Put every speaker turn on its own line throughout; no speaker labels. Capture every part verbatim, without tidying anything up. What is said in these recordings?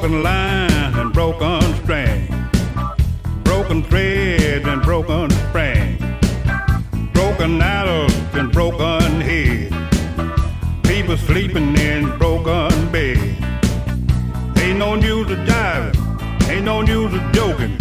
broken lines and broken strings, broken threads and broken springs, broken arrows and broken heads, people sleeping in broken beds. Ain't no use of jiving, ain't no use of joking.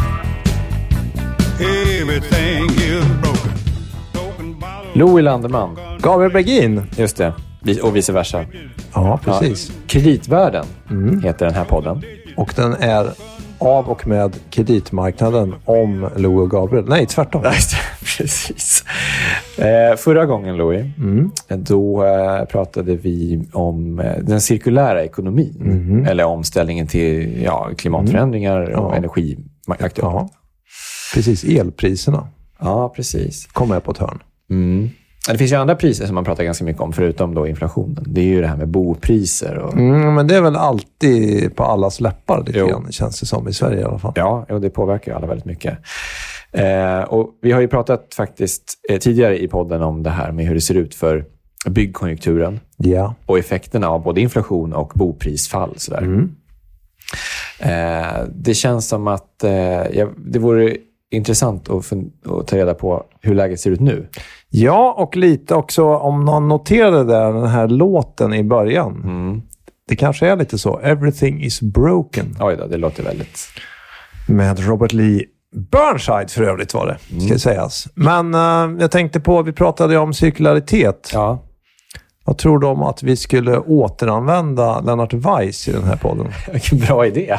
Everything is broken.
Louis Landeman.
Gabriel Bergin.
Just det. Och vice versa.
Ja, precis.
Ja. Kreditvärlden mm. heter den här podden.
Och den är av och med kreditmarknaden om Louis och Gabriel. Nej, tvärtom.
Precis. Eh, förra gången, Louis,
mm.
då eh, pratade vi om eh, den cirkulära ekonomin.
Mm.
Eller omställningen till ja, klimatförändringar mm. och
ja.
energiaktuellt.
Ja, precis. Elpriserna.
Ja, precis.
Kommer jag på ett hörn.
Mm. Det finns ju andra priser som man pratar ganska mycket om förutom då inflationen. Det är ju det här med bopriser. Och...
Mm, men det är väl alltid på allas läppar lite grann, känns det som i Sverige i alla fall.
Ja, och det påverkar ju alla väldigt mycket. Eh, och vi har ju pratat faktiskt eh, tidigare i podden om det här med hur det ser ut för byggkonjunkturen.
Ja. Och
effekterna av både inflation och boprisfall. Sådär.
Mm.
Eh, det känns som att eh, ja, det vore intressant att, att ta reda på hur läget ser ut nu.
Ja, och lite också om någon noterade där, den här låten i början.
Mm.
Det kanske är lite så. Everything is broken.
Oj då, det låter väldigt...
Med Robert Lee Burnside för övrigt var det, ska
mm.
sägas. Men uh, jag tänkte på, vi pratade ju om cirkularitet.
Ja.
Vad tror du om att vi skulle återanvända Lennart Weiss i den här podden?
Vilken bra idé.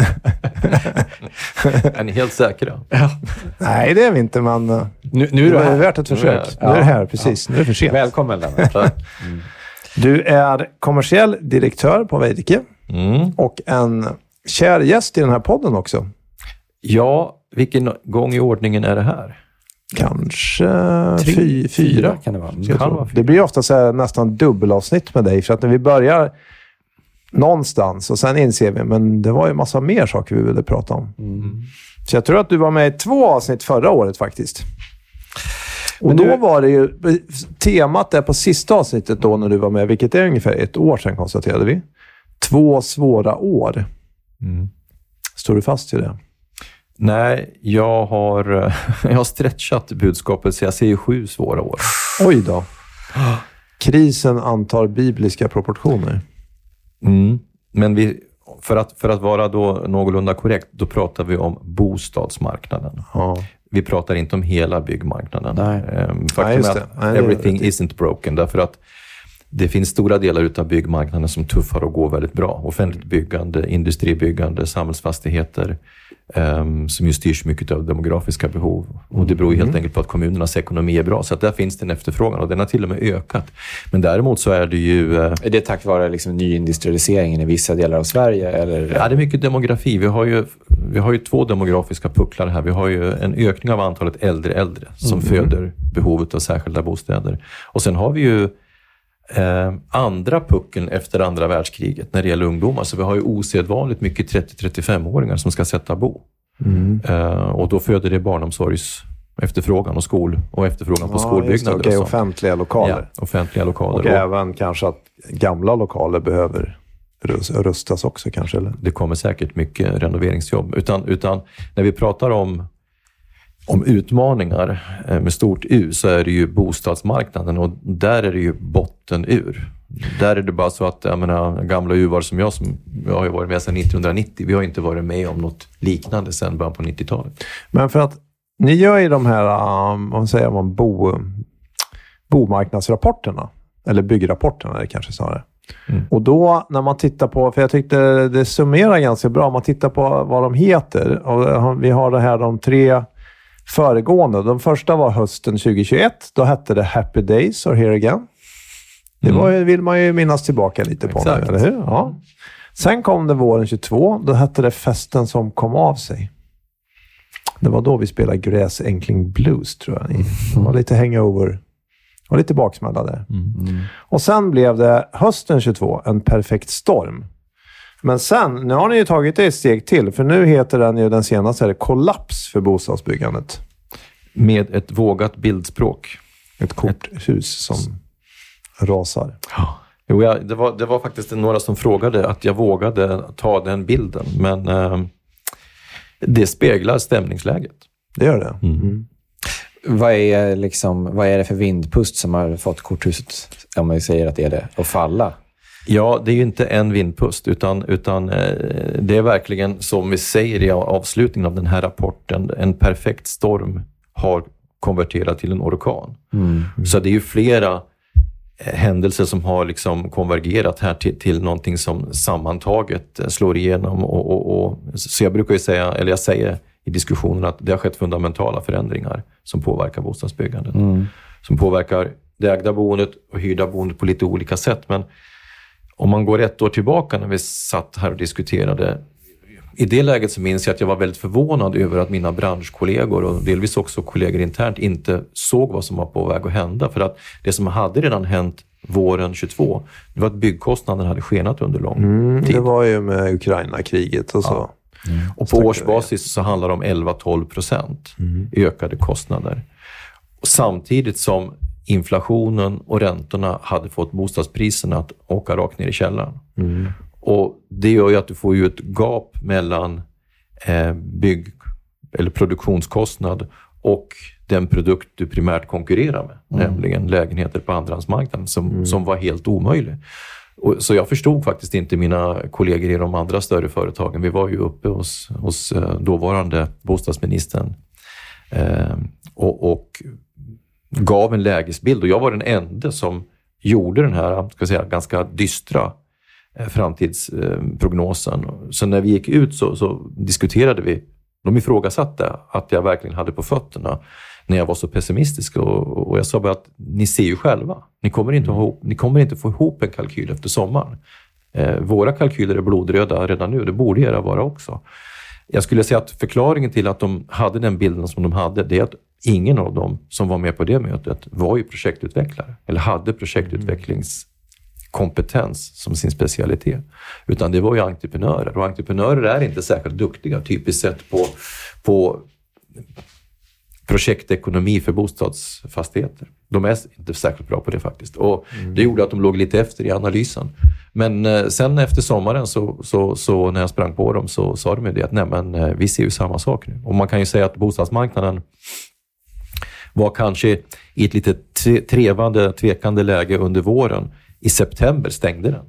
Är ni helt säkra?
Ja. Nej, det är vi inte, men uh,
nu, nu är det,
det
här.
värt ett försök.
Ja.
Nu är det här, precis. Ja. Nu är det för sent.
Välkommen, Lennart. Mm.
Du är kommersiell direktör på Veidekke
mm.
och en kär gäst i den här podden också.
Ja, vilken gång i ordningen är det här?
Kanske
Tre,
fy, fyra.
fyra kan det vara.
Kan det blir ofta så här, nästan dubbelavsnitt med dig. För att när vi börjar någonstans och sen inser vi, men det var ju massa mer saker vi ville prata om.
Mm.
Så jag tror att du var med i två avsnitt förra året faktiskt. Och
men
då
du...
var det ju, temat där på sista avsnittet då när du var med, vilket är ungefär ett år sedan konstaterade vi. Två svåra år.
Mm.
Står du fast i det?
Nej, jag har, jag har stretchat budskapet så jag ser ju sju svåra år.
Oj då. Krisen antar bibliska proportioner.
Mm. Men vi, för, att, för att vara då någorlunda korrekt, då pratar vi om bostadsmarknaden.
Ja.
Vi pratar inte om hela byggmarknaden.
Nej.
Faktum
Nej,
är att
Nej,
everything isn't broken. Därför att det finns stora delar utav byggmarknaden som tuffar och går väldigt bra. Offentligt byggande, industribyggande, samhällsfastigheter um, som ju styrs mycket av demografiska behov. Och det beror ju helt mm. enkelt på att kommunernas ekonomi är bra. Så att där finns det en efterfrågan och den har till och med ökat. Men däremot så är det ju... Uh,
är det tack vare liksom nyindustrialiseringen i vissa delar av Sverige? Eller?
Ja, det är mycket demografi. Vi har, ju, vi har ju två demografiska pucklar här. Vi har ju en ökning av antalet äldre äldre som mm. föder behovet av särskilda bostäder. Och sen har vi ju Eh, andra pucken efter andra världskriget när det gäller ungdomar. Så vi har ju osedvanligt mycket trettio till trettiofem-åringar som ska sätta bo.
Mm.
Eh, och då föder det barnomsorgs efterfrågan och skol och efterfrågan på
ja,
skolbyggnader.
Okej,
och
offentliga lokaler.
Ja, offentliga lokaler.
Och, och även kanske att gamla lokaler behöver rustas också kanske. Eller?
Det kommer säkert mycket renoveringsjobb. Utan, utan när vi pratar om Om utmaningar med stort U så är det ju bostadsmarknaden och där är det ju botten ur. Där är det bara så att jag menar, gamla uvar som jag, som jag har ju varit med sedan nittonhundranittio, vi har inte varit med om något liknande sedan början på nittiotalet.
Men för att ni gör ju de här um, vad säger man, bo, bomarknadsrapporterna, eller byggrapporterna det kanske snarare. Mm. Och då när man tittar på, för jag tyckte det summerar ganska bra, om man tittar på vad de heter, och vi har det här de tre föregående. De första var hösten tjugohundratjugoett. Då hette det Happy Days or Here Again. Det var, vill man ju minnas tillbaka lite på.
Exakt.
Nu, eller hur? Ja. Sen kom det våren tjugotvå. Då hette det Festen som kom av sig. Det var då vi spelade Gräsänkling Blues, tror jag. Det var lite hangover. Och lite baksmälla där.
Mm. Mm.
Och sen blev det hösten tjugotvå En perfekt storm. Men sen, nu har ni ju tagit det ett steg till. För nu heter den ju den senaste Kollaps för bostadsbyggandet.
Med ett vågat bildspråk.
Ett korthus som rasar.
Ja. Jo, ja, det, var, det var faktiskt några som frågade att jag vågade ta den bilden. Men eh, det speglar stämningsläget.
Det gör det.
Mm. Mm. Vad, är liksom, vad är det för vindpust som har fått korthuset, om man säger att det är det, att falla?
Ja, det är ju inte en vindpust, utan, utan eh, det är verkligen, som vi säger i avslutningen av den här rapporten, en perfekt storm har konverterat till en orkan. Mm. Mm. Så det är ju flera händelser som har liksom konvergerat här till, till någonting som sammantaget slår igenom. Och, och, och, så jag brukar ju säga, eller jag säger i diskussionen att det har skett fundamentala förändringar som påverkar bostadsbyggandet. Mm. Som påverkar det ägda boendet och hyrda boendet på lite olika sätt. Men om man går ett år tillbaka när vi satt här och diskuterade, i det läget så minns jag att jag var väldigt förvånad över att mina branschkollegor och delvis också kollegor internt inte såg vad som var på väg att hända. För att det som hade redan hänt våren tjugotvå, det var att byggkostnaden hade skenat under lång
mm,
tid.
Det var ju med Ukraina-kriget och så.
Ja. Mm. Och på årsbasis så handlar det om elva till tolv procent mm. i ökade kostnader. Och samtidigt som inflationen och räntorna hade fått bostadspriserna att åka rakt ner i källaren. Mm. Och det gör ju att du får ju ett gap mellan eh, bygg- eller produktionskostnad och den produkt du primärt konkurrerar med. Mm. Nämligen lägenheter på andrahandsmarknaden som, mm. som var helt omöjlig. Och, så jag förstod faktiskt inte mina kollegor i de andra större företagen. Vi var ju uppe hos, hos eh, dåvarande bostadsministern eh, och, och gav en lägesbild. Och jag var den enda som gjorde den här, ska jag säga, ganska dystra framtidsprognosen. Så när vi gick ut så, så diskuterade vi, de ifrågasatte att jag verkligen hade på fötterna när jag var så pessimistisk, och, och jag sa bara att ni ser ju själva, ni kommer inte, mm. ihop, ni kommer inte få ihop en kalkyl efter sommaren. Eh, våra kalkyler är blodröda redan nu, det borde era vara också. Jag skulle säga att förklaringen till att de hade den bilden som de hade, det är att ingen av dem som var med på det mötet var ju projektutvecklare eller hade projektutvecklings kompetens som sin specialitet. Utan det var ju entreprenörer. Och entreprenörer är inte särskilt duktiga typiskt sett på, på projektekonomi för bostadsfastigheter. De är inte särskilt bra på det faktiskt. Och mm. det gjorde att de låg lite efter i analysen. Men eh, sen efter sommaren så, så, så när jag sprang på dem så sa de ju det att nej, men eh, vi ser ju samma sak nu. Och man kan ju säga att bostadsmarknaden var kanske i ett lite trevande, tvekande läge under våren. I september stängde den.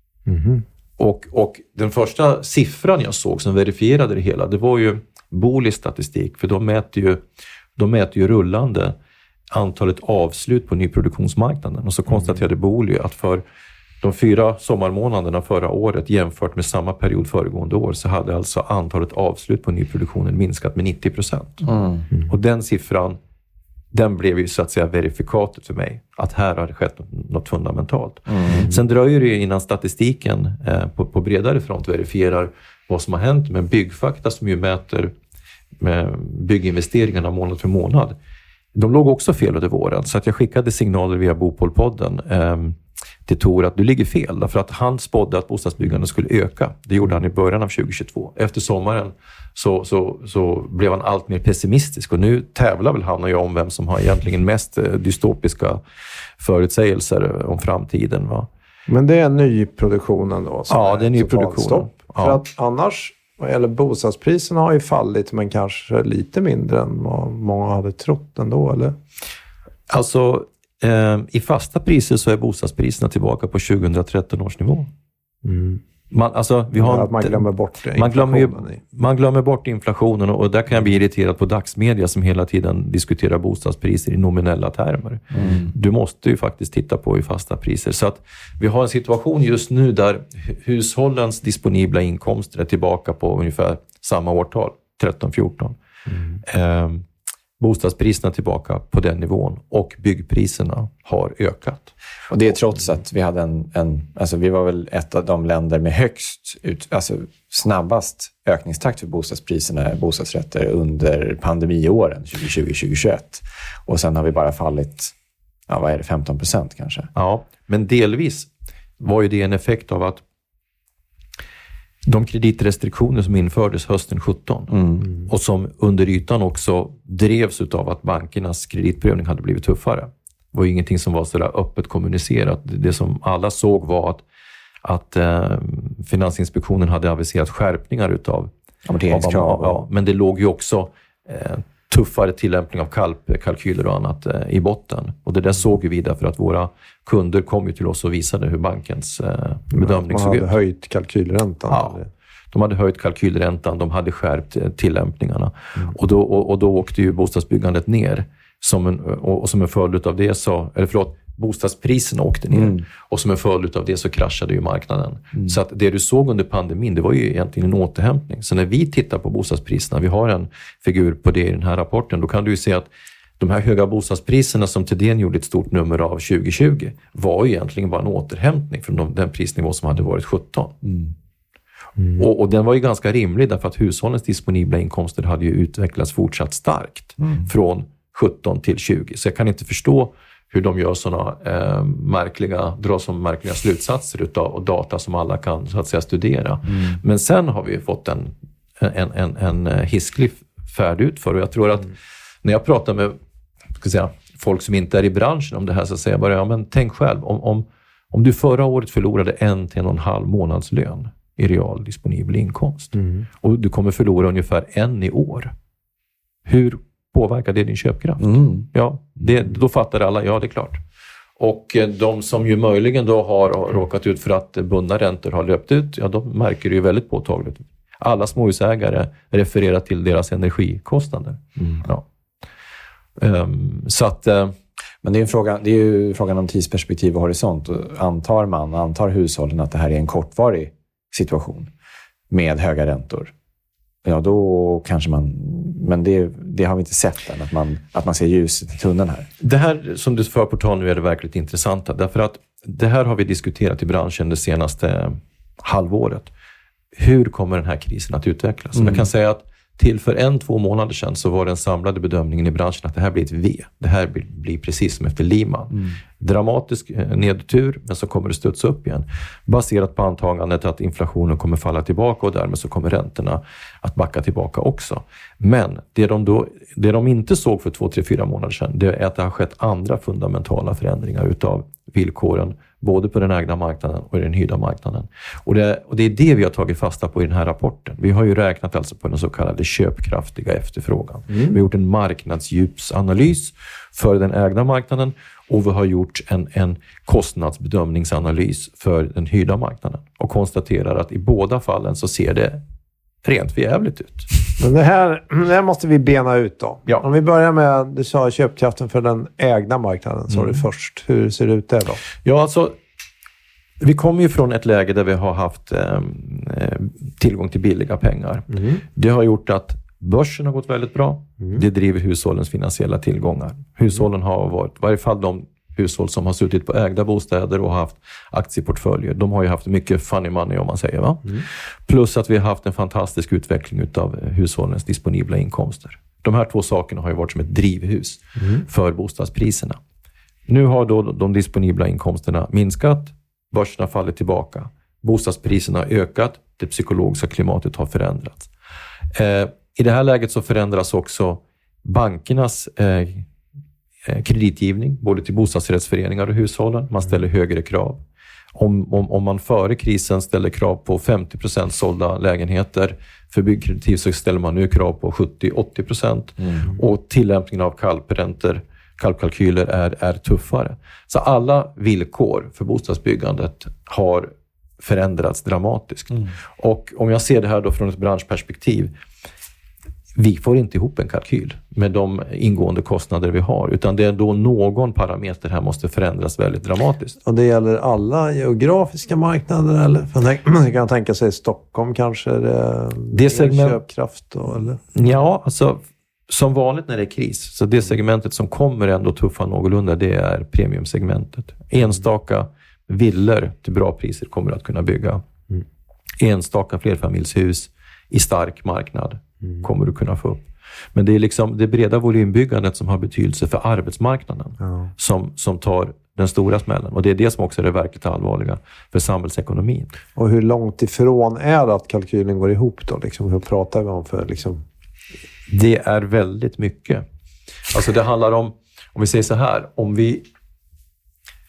Mm. Och, och den första siffran jag såg som verifierade det hela, det var ju Bolis statistik. För de mäter ju, de mäter ju rullande antalet avslut på nyproduktionsmarknaden. Och så konstaterade mm. Boli att för de fyra sommarmånaderna förra året jämfört med samma period föregående år så hade alltså antalet avslut på nyproduktionen minskat med nittio procent. Mm. Mm. Och den siffran, den blev ju så att säga verifikatet för mig. Att här har det skett något, något fundamentalt. Mm. Sen dröjer det ju innan statistiken eh, på, på bredare front verifierar vad som har hänt med Byggfakta som ju mäter med bygginvesteringarna månad för månad. De låg också fel under våren. Så att jag skickade signaler via Bopolpodden eh, till Tor att du ligger fel. Därför att han spådde att bostadsbyggandet skulle öka. Det gjorde han i början av tjugohundratjugotvå. Efter sommaren så, så, så blev han allt mer pessimistisk. Och nu tävlar väl han och jag om vem som har egentligen mest dystopiska förutsägelser om framtiden. Va?
Men det är nyproduktionen då?
Ja, det är nyproduktionen.
Ja. För att annars, vad gäller bostadspriserna har ju fallit, men kanske lite mindre än vad många hade trott ändå, eller?
Alltså, eh, i fasta priser så är bostadspriserna tillbaka på tjugohundratretton års nivå. Mm. Man, alltså, vi har
ja, man glömmer bort det.
Man glömmer, ju, man glömmer bort inflationen, och där kan jag bli irriterad på dagsmedia som hela tiden diskuterar bostadspriser i nominella termer. Mm. Du måste ju faktiskt titta på i fasta priser. Så att vi har en situation just nu där hushållens disponibla inkomster är tillbaka på ungefär samma årtal, tretton fjorton. Mm. Eh, bostadspriserna tillbaka på den nivån och byggpriserna har ökat.
Och det är trots att vi hade en, en alltså vi var väl ett av de länder med högst, ut, alltså snabbast ökningstakt för bostadspriserna, bostadsrätter under pandemiåren tjugohundratjugo tjugohundratjugoett. Och sen har vi bara fallit, ja vad är det, femton procent kanske?
Ja, men delvis var ju det en effekt av att de kreditrestriktioner som infördes hösten sjutton mm. och som under ytan också drevs av att bankernas kreditprövning hade blivit tuffare. var ju ingenting som var så där öppet kommunicerat. Det som alla såg var att, att eh, Finansinspektionen hade aviserat skärpningar utav
amorteringskrav.
Ja, men det låg ju också eh, tuffare tillämpning av kalp, kalkyler och annat eh, i botten. Och det där såg vi därför att våra kunder kom ju till oss och visade hur bankens eh, bedömning
ja,
såg ut.
Man hade höjt kalkylräntan.
Ja, eller? De hade höjt kalkylräntan, de hade skärpt eh, tillämpningarna. Mm. Och, då, och, och då åkte ju bostadsbyggandet ner. Som en, och, och som en följd av det så, eller förlåt, bostadspriserna åkte ner. Mm. Och som en följd av det så kraschade ju marknaden. Mm. Så att det du såg under pandemin, det var ju egentligen en återhämtning. Så när vi tittar på bostadspriserna, vi har en figur på det i den här rapporten, då kan du ju se att de här höga bostadspriserna som Thedéen gjorde ett stort nummer av tjugo tjugo var ju egentligen bara en återhämtning från de, den prisnivå som hade varit sjutton. Mm. Mm. Och, och den var ju ganska rimlig därför att hushållens disponibla inkomster hade ju utvecklats fortsatt starkt mm. från sjutton till tjugo. Så jag kan inte förstå hur de gör såna eh, märkliga, drar som märkliga slutsatser utav och data som alla kan så att säga studera. Mm. Men sen har vi fått en, en, en, en hisklig färd ut för och jag tror att mm. när jag pratar med ska säga, folk som inte är i branschen om det här så säger jag bara, ja men tänk själv om, om, om du förra året förlorade en till en och en halv månadslön i real disponibel inkomst mm. och du kommer förlora ungefär en i år. Hur påverkar det din köpkraft? Mm. Ja, det, då fattar alla, ja det är klart. Och de som ju möjligen då har råkat ut för att bundna räntor har löpt ut, ja de märker det ju väldigt påtagligt. Alla småhusägare refererar till deras energikostnader. Mm. Ja. Um, så att... Uh,
Men det är, en fråga, det är ju frågan om tidsperspektiv och horisont. Och antar man, antar hushållen att det här är en kortvarig situation med höga räntor? Ja, då kanske man... Men det, det har vi inte sett än, att man, att man ser ljuset i tunneln här.
Det här som du för på tal nu är det verkligt intressanta. Därför att det här har vi diskuterat i branschen det senaste halvåret. Hur kommer den här krisen att utvecklas? Mm. Jag kan säga att till för en, två månader sedan så var den samlade bedömningen i branschen att det här blir ett V. Det här blir, blir precis som efter Lehman. Mm. Dramatisk nedtur, men så kommer det studsa upp igen. Baserat på antagandet att inflationen kommer falla tillbaka och därmed så kommer räntorna att backa tillbaka också. Men det de, då, det de inte såg för två, tre, fyra månader sedan, det är att det har skett andra fundamentala förändringar utav villkoren både på den ägda marknaden och i den hyrda marknaden. Och det, och det är det vi har tagit fasta på i den här rapporten. Vi har ju räknat alltså på den så kallade köpkraftiga efterfrågan. Mm. Vi har gjort en marknadsdjupsanalys för den ägda marknaden och vi har gjort en, en kostnadsbedömningsanalys för den hyrda marknaden och konstaterar att i båda fallen så ser det rent förjävligt ut.
Men det här, det här måste vi bena ut då.
Ja.
Om vi börjar med, du sa köpkraften för den ägda marknaden, sa mm. du först. Hur ser det ut där då?
Ja, alltså vi kommer ju från ett läge där vi har haft eh, tillgång till billiga pengar. Mm. Det har gjort att börsen har gått väldigt bra. Mm. Det driver hushållens finansiella tillgångar. Hushållen har varit, i varje fall de hushåll som har suttit på ägda bostäder och haft aktieportföljer. De har ju haft mycket funny money om man säger va. Mm. Plus att vi har haft en fantastisk utveckling utav hushållens disponibla inkomster. De här två sakerna har ju varit som ett drivhus mm. för bostadspriserna. Nu har då de disponibla inkomsterna minskat. Börsen har fallit tillbaka. Bostadspriserna har ökat. Det psykologiska klimatet har förändrats. Eh, I det här läget så förändras också bankernas eh, kreditgivning, både till bostadsrättsföreningar och hushållen. Man ställer högre krav. Om, om, om man före krisen ställer krav på femtio procent sålda lägenheter för byggkreditiv så ställer man nu krav på sjuttio till åttio procent. Mm. Och tillämpningen av kalpräntor, kalpkalkyler är, är tuffare. Så alla villkor för bostadsbyggandet har förändrats dramatiskt. Mm. Och om jag ser det här då från ett branschperspektiv, vi får inte ihop en kalkyl med de ingående kostnader vi har. Utan det är då någon parameter här måste förändras väldigt dramatiskt.
Och det gäller alla geografiska marknader? Eller? Man kan tänka sig Stockholm kanske? Det,
det segment...
köpkraft då, eller?
Ja, alltså som vanligt när det är kris. Så det segmentet som kommer ändå tuffa någorlunda, det är premiumsegmentet. Enstaka villor till bra priser kommer att kunna bygga. Mm. Enstaka flerfamiljshus i stark marknad. Mm. kommer du kunna få upp. Men det är liksom det breda volymbyggandet som har betydelse för arbetsmarknaden ja. som, som tar den stora smällen. Och det är det som också är det verkligt allvarliga för samhällsekonomin.
Och hur långt ifrån är det att kalkylen går ihop då? Liksom, hur pratar vi om för liksom?
Det är väldigt mycket. Alltså det handlar om, om vi säger så här, om vi,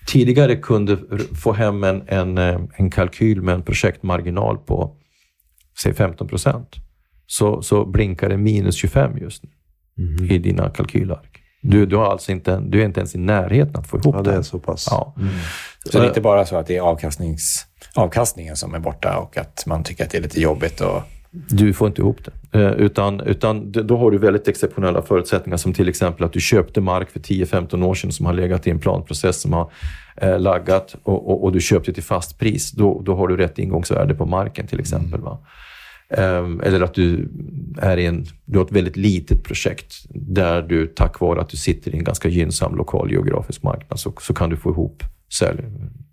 tidigare kunde få hem en, en, en kalkyl med en projektmarginal på säg femton procent, så, så blinkar det minus tjugofem just nu mm. i dina kalkylark. Du, du, har alltså inte, du är inte ens i närheten att få ihop
ja,
det.
det är så pass.
Ja. Mm. Så det är inte bara så att det är avkastnings, avkastningen som är borta och att man tycker att det är lite jobbigt och...
Du får inte ihop det. Eh, utan, utan då har du väldigt exceptionella förutsättningar, som till exempel att du köpte mark för tio femton år sedan som har legat i en planprocess som har eh, laggat och, och, och du köpte till fast pris. Då, då har du rätt ingångsvärde på marken till exempel. Va? Eh, eller att du är i en, du har ett väldigt litet projekt där du tack vare att du sitter i en ganska gynnsam lokal geografisk marknad så, så kan du få ihop sälj.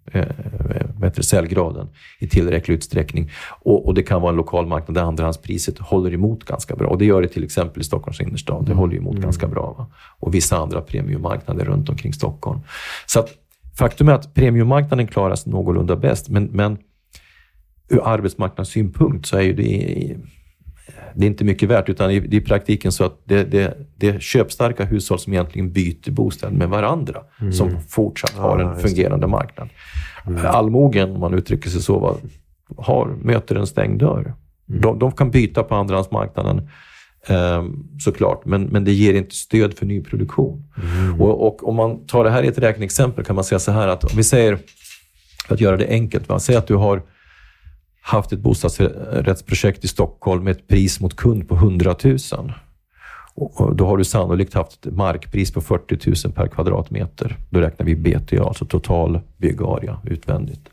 Bättre säljgraden i tillräcklig utsträckning. Och, och det kan vara en lokal marknad där andrahandspriset håller emot ganska bra. Och det gör det till exempel i Stockholms innerstad. Det håller emot mm. ganska bra. Va? Och vissa andra premiummarknader runt omkring Stockholm. Så att faktum är att premiummarknaden klaras någorlunda bäst. Men, men ur arbetsmarknadssynpunkt så är ju det, det är inte mycket värt. Utan det är i praktiken så att det, det, det är köpstarka hushåll som egentligen byter bostad med varandra. Mm. Som fortsatt har en ja, fungerande marknad. Mm. Allmogen, om man uttrycker sig så, har, möter en stängd dörr. Mm. De, de kan byta på andrahandsmarknaden eh, såklart, men, men det ger inte stöd för nyproduktion. Mm. Och, och om man tar det här i ett räkneexempel kan man säga så här att om vi säger, för att göra det enkelt, va? Säg att du har haft ett bostadsrättsprojekt i Stockholm med ett pris mot kund på hundratusen. Och då har du sannolikt haft ett markpris på fyrtio tusen per kvadratmeter. Då räknar vi B T A, alltså total byggarea utvändigt.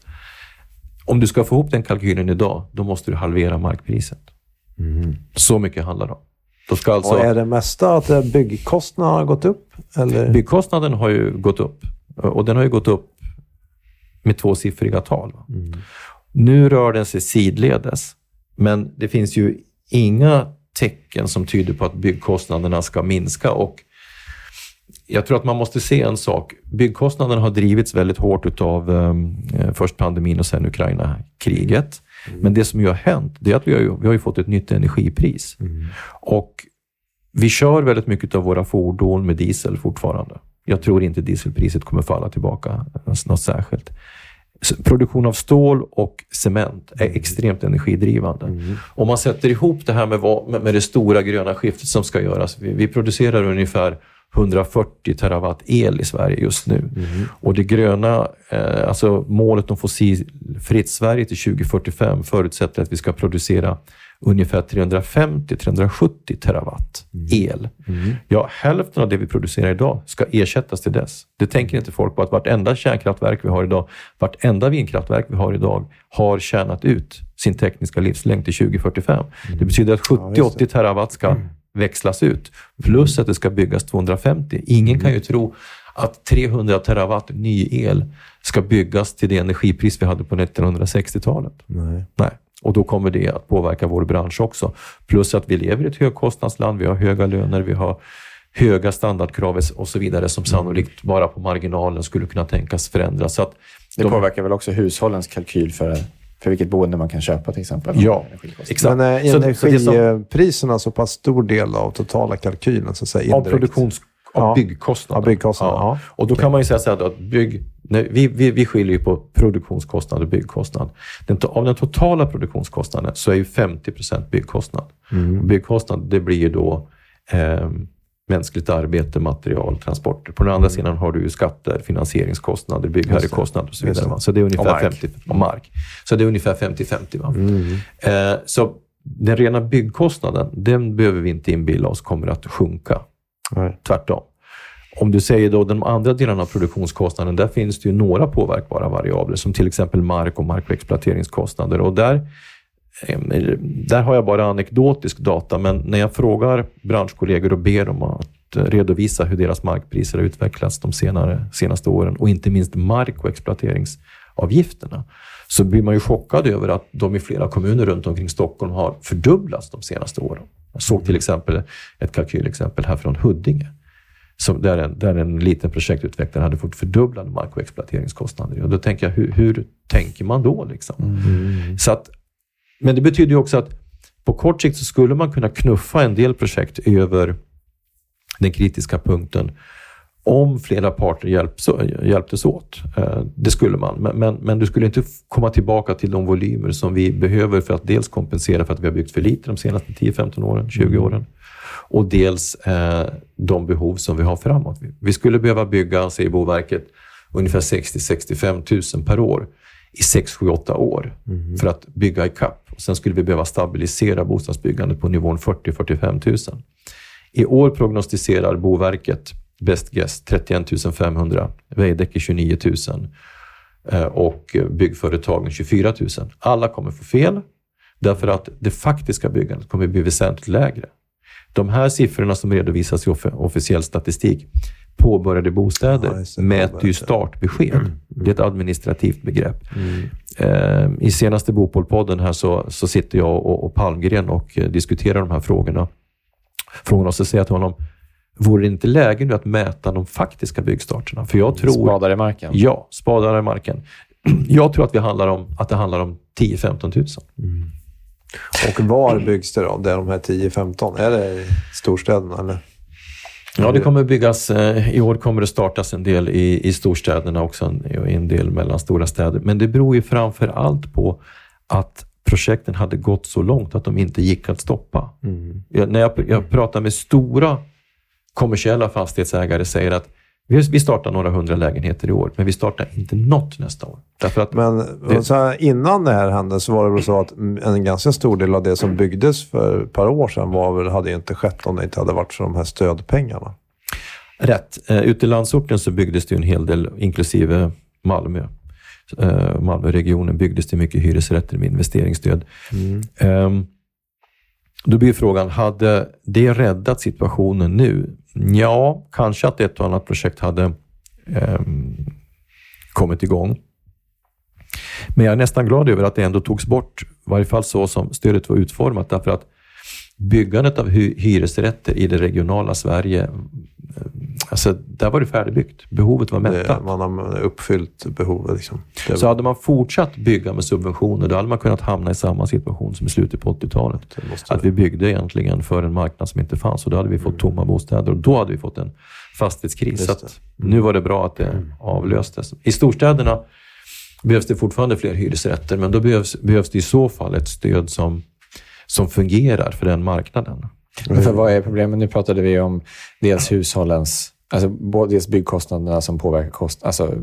Om du ska få ihop den kalkylen idag, då måste du halvera markpriset. Mm. Så mycket handlar det om. Då ska alltså,
och är det mesta att byggkostnaden har gått upp? Eller?
Byggkostnaden har ju gått upp. Och den har ju gått upp med tvåsiffriga tal. Mm. Nu rör den sig sidledes. Men det finns ju inga tecken som tyder på att byggkostnaderna ska minska, och jag tror att man måste se en sak. Byggkostnaderna har drivits väldigt hårt av um, först pandemin och sen Ukraina-kriget. Mm. Men det som ju har hänt, det är att vi har ju, vi har ju fått ett nytt energipris. Mm. Och vi kör väldigt mycket av våra fordon med diesel fortfarande. Jag tror inte dieselpriset kommer falla tillbaka något särskilt. Produktion av stål och cement är extremt energidrivande. Mm. Om man sätter ihop det här med, vad, med det stora gröna skiftet som ska göras. Vi, vi producerar ungefär hundrafyrtio terawatt el i Sverige just nu. Mm. Och det gröna, eh, alltså målet om fossilfritt Sverige till tjugo fyrtiofem förutsätter att vi ska producera ungefär trehundrafemtio till trehundrasjuttio terawatt mm. el. Mm. Ja, hälften av det vi producerar idag ska ersättas till dess. Det tänker inte folk på, att vartenda kärnkraftverk vi har idag, vartenda vindkraftverk vi har idag har tjänat ut sin tekniska livslängd till tjugo fyrtiofem. Mm. Det betyder att sjuttio till åttio terawatt ska mm. växlas ut. Plus att det ska byggas tvåhundrafemtio. Ingen mm. kan ju tro att trehundra terawatt ny el ska byggas till det energipris vi hade på nittonhundrasextiotalet. Nej. Nej. Och då kommer det att påverka vår bransch också. Plus att vi lever i ett högkostnadsland, vi har höga löner, vi har höga standardkrav och så vidare som sannolikt bara på marginalen skulle kunna tänkas förändras. Så att
det de... påverkar väl också hushållens kalkyl för, för vilket boende man kan köpa till exempel?
Ja, exakt.
Men är energipriserna så, så pass stor del av totala kalkylen? Så att säga,
av produktions Av ja. byggkostnader.
Ja, byggkostnader.
Ja. Ja. Och då kan man ju säga så här att bygg, nej, vi, vi, vi skiljer ju på produktionskostnad och byggkostnad. Den, av den totala produktionskostnaden så är ju femtio procent byggkostnad. Mm. Byggkostnad, det blir ju då eh, mänskligt arbete, material, transporter. På den andra mm. sidan har du ju skatter, finansieringskostnader, byggherrekostnader och så vidare. Va? Så det är ungefär och femtio och mark. Så det är ungefär femtio femtio. Va? Mm. Eh, så den rena byggkostnaden, den behöver vi inte inbilla oss kommer att sjunka. Nej. Tvärtom. Om du säger då de andra delarna av produktionskostnaden, där finns det ju några påverkbara variabler som till exempel mark och mark- och exploateringskostnader. Och där, där har jag bara anekdotisk data, men när jag frågar branschkollegor och ber dem att redovisa hur deras markpriser har utvecklats de senare, senaste åren och inte minst mark- och exploateringsavgifterna, så blir man ju chockad över att de i flera kommuner runt omkring Stockholm har fördubblats de senaste åren. Jag såg till exempel ett kalkylexempel här från Huddinge, som där, en, där en liten projektutvecklare hade fått fördubblade mark- och exploateringskostnader. Och då tänker jag, hur, hur tänker man då? Liksom? Mm. Så att, men det betyder ju också att på kort sikt så skulle man kunna knuffa en del projekt över den kritiska punkten om flera parter hjälps, hjälptes åt. Det skulle man. Men, men, men du skulle inte komma tillbaka till de volymer som vi behöver för att dels kompensera för att vi har byggt för lite de senaste tio femton åren, tjugo åren. Och dels eh, de behov som vi har framåt. Vi skulle behöva bygga, säger Boverket, ungefär sextio till sextiofem tusen per år i sex sju åtta år mm. för att bygga i kapp. Och sen skulle vi behöva stabilisera bostadsbyggandet på nivån fyrtio till fyrtiofem tusen. I år prognostiserar Boverket best guess trettioett tusen femhundra, Veidekke tjugonio tusen eh, och byggföretagen tjugofyra tusen. Alla kommer få fel därför att det faktiska byggandet kommer bli väsentligt lägre. De här siffrorna som redovisas i off- officiell statistik, påbörjade bostäder, ja, mäter ju startbesked. Mm. Det är ett administrativt begrepp. Mm. Eh, I senaste Bopolpodden här så, så sitter jag och, och Palmgren och eh, diskuterar de här frågorna. Frågorna och så säger jag till honom, vore det inte läge nu att mäta de faktiska byggstarterna? För jag tror...
Spadar i marken?
Ja, spadar i marken. Jag tror att, vi handlar om, att det handlar om tio till femton tusen. Mm.
Och var byggs det då? Det är de här tio till femton? Är det i storstäderna eller?
Ja, det kommer byggas. I år kommer det startas en del i, i storstäderna också, en, en del mellan stora städer. Men det beror ju framför allt på att projekten hade gått så långt att de inte gick att stoppa. Mm. Jag, när jag, jag pratar med stora kommersiella fastighetsägare säger att vi, vi startar några hundra lägenheter i år, men vi startar inte något nästa år. Därför att
men
det,
så här, innan det här hände så var det väl så att en ganska stor del av det som byggdes för ett par år sedan var väl, hade ju inte skett om det inte hade varit för de här stödpengarna.
Rätt. Uh, ute i landsorten så byggdes det en hel del, inklusive Malmö. Uh, Malmöregionen byggdes det mycket hyresrätter med investeringsstöd. Mm. Um, då blir frågan, hade det räddat situationen nu? Ja, kanske att ett och annat projekt hade um, kommit igång. Men jag är nästan glad över att det ändå togs bort, i varje fall så som stödet var utformat, därför att byggandet av hy- hyresrätter i det regionala Sverige, alltså där var det färdigbyggt. Behovet var mättat.
Det, man har uppfyllt behovet. Liksom. Det
så hade man fortsatt bygga med subventioner, då hade man kunnat hamna i samma situation som i slutet på åttiotalet. Att det. Vi byggde egentligen för en marknad som inte fanns, och då hade vi fått mm. tomma bostäder och då hade vi fått en fastighetskris. Så att mm. nu var det bra att det mm. avlöstes. I storstäderna behövs det fortfarande fler hyresrätter, men då behövs, behövs det i så fall ett stöd som som fungerar för den marknaden.
Mm. För vad är problemet? Nu pratade vi om dels hushållens, alltså dels byggkostnaderna som påverkar kost, alltså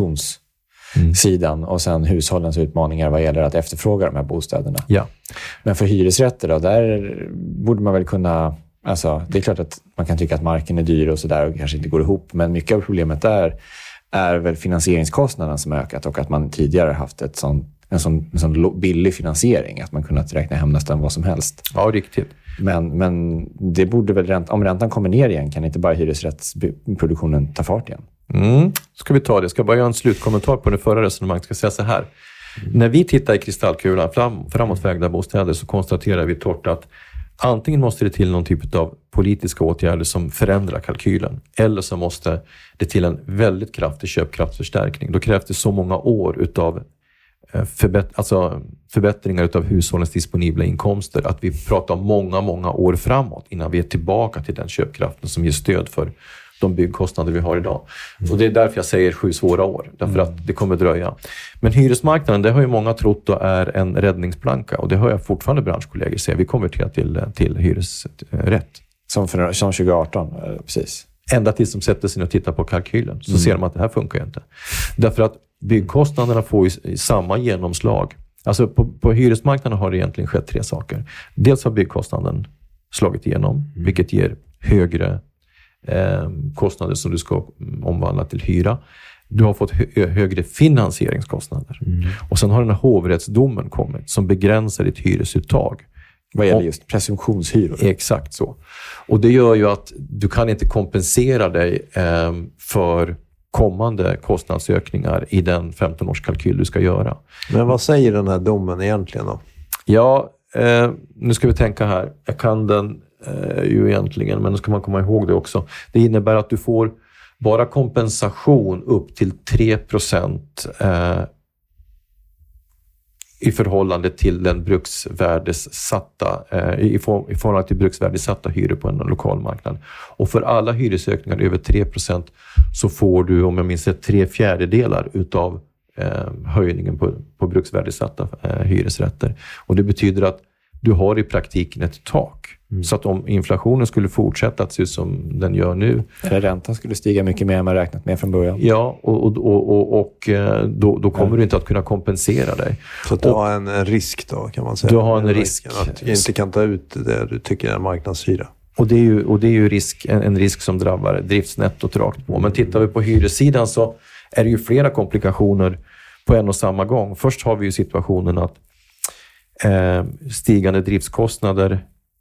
produktionssidan mm. och sen hushållens utmaningar vad gäller att efterfråga de här bostäderna.
Ja.
Men för hyresrätter då, där borde man väl kunna, alltså det är klart att man kan tycka att marken är dyr och sådär och kanske inte går ihop, men mycket av problemet där är väl finansieringskostnaderna som har ökat och att man tidigare haft ett sånt en sån, en sån billig finansiering att man kunnat räkna hem nästan vad som helst.
Ja, riktigt.
Men, men det borde väl, rent, om räntan kommer ner igen, kan inte bara hyresrättsproduktionen ta fart igen?
Mm. Ska vi ta det? Ska bara göra en slutkommentar på det förra resonemanget. Ska säga så här. Mm. När vi tittar i kristallkulan fram, framåtvägda bostäder så konstaterar vi torrt att antingen måste det till någon typ av politiska åtgärder som förändrar kalkylen, eller så måste det till en väldigt kraftig köpkraftsförstärkning. Då krävs det så många år utav Förbätt- alltså förbättringar utav hushållens disponibla inkomster att vi pratar om många, många år framåt innan vi är tillbaka till den köpkraften som ger stöd för de byggkostnader vi har idag. Mm. Och det är därför jag säger sju svåra år, därför mm. att det kommer dröja. Men hyresmarknaden, det har ju många trott då är en räddningsplanka, och det har jag fortfarande branschkollegor säga. Vi konverterar till, till hyresrätt.
Som, för, som tjugo arton, precis.
Ända tills de sätter sig och tittar på kalkylen så mm. ser de att det här funkar inte. Därför att byggkostnaderna får ju samma genomslag. Alltså på, på hyresmarknaden har det egentligen skett tre saker. Dels har byggkostnaden slagit igenom, mm. vilket ger högre eh, kostnader som du ska omvandla till hyra. Du har fått hö- högre finansieringskostnader. Mm. Och sen har den här hovrättsdomen kommit som begränsar ditt hyresuttag.
Vad gäller just presumtionshyror?
Exakt så. Och det gör ju att du kan inte kompensera dig eh, för kommande kostnadsökningar i den femton-årskalkyl du ska göra.
Men vad säger den här domen egentligen då?
Ja, eh, nu ska vi tänka här. Jag kan den eh, ju egentligen, men nu ska man komma ihåg det också. Det innebär att du får bara kompensation upp till tre procent eh, i förhållande till den bruksvärdessatta eh, i, for, i förhållande till bruksvärdessatta hyror på en lokal marknad. Och för alla hyresökningar över tre procent så får du, om jag minns det, tre fjärdedelar utav eh, höjningen på, på bruksvärdessatta eh, hyresrätter. Och det betyder att du har i praktiken ett tak. Mm. Så att om inflationen skulle fortsätta att se ut som den gör nu.
Eller räntan skulle stiga mycket mer än man räknat med från början.
Ja, och, och, och, och, och då, då kommer ja. du inte att kunna kompensera dig.
Så att du och, har en, en risk då, kan man säga.
Du har en, en risk.
Att du inte kan ta ut det du tycker är marknadshyra.
Och det är ju, och det är ju risk, en, en risk som drabbar driftsnettot rakt på. Men tittar vi på hyressidan så är det ju flera komplikationer på en och samma gång. Först har vi ju situationen att eh, stigande driftskostnader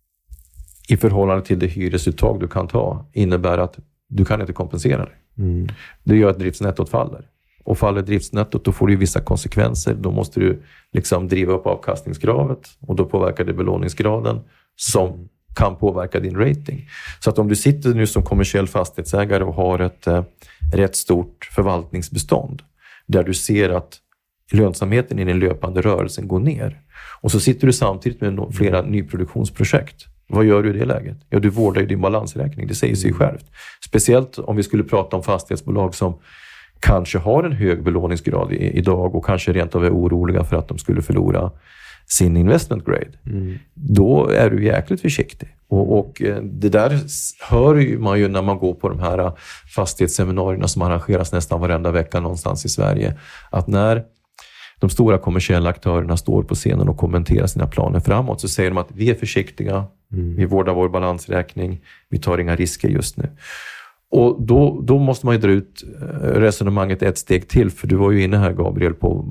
i förhållande till det hyresuttag du kan ta innebär att du kan inte kompensera dig. Mm. Det gör att driftsnettot faller. Och faller driftsnettot, då får du vissa konsekvenser. Då måste du liksom driva upp avkastningskravet och då påverkar det belåningsgraden som mm. kan påverka din rating. Så att om du sitter nu som kommersiell fastighetsägare och har ett eh, rätt stort förvaltningsbestånd där du ser att lönsamheten i den löpande rörelsen går ner och så sitter du samtidigt med flera nyproduktionsprojekt. Vad gör du i det läget? Ja, du vårdar ju din balansräkning. Det säger sig självt. Speciellt om vi skulle prata om fastighetsbolag som kanske har en hög belåningsgrad i, idag och kanske rent av är oroliga för att de skulle förlora sin investment grade. Mm. Då är du jäkligt försiktig. Och, och det där hör man ju när man går på de här fastighetsseminarierna som arrangeras nästan varenda vecka någonstans i Sverige. Att när de stora kommersiella aktörerna står på scenen och kommenterar sina planer framåt så säger de att vi är försiktiga, mm. vi vårdar vår balansräkning, vi tar inga risker just nu. Och då, då måste man ju dra ut resonemanget ett steg till, för du var ju inne här, Gabriel, på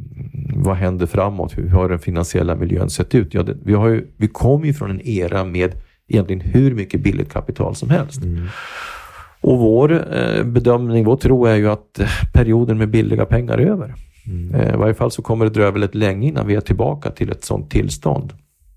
vad händer framåt, hur har den finansiella miljön sett ut? Ja, det, vi, har ju, vi kommer ju från en era med egentligen hur mycket billigt kapital som helst. Mm. Och vår eh, bedömning, vår tro är ju att perioden med billiga pengar är över. Mm. Eh, I varje fall så kommer det dröja väldigt länge innan vi är tillbaka till ett sådant tillstånd.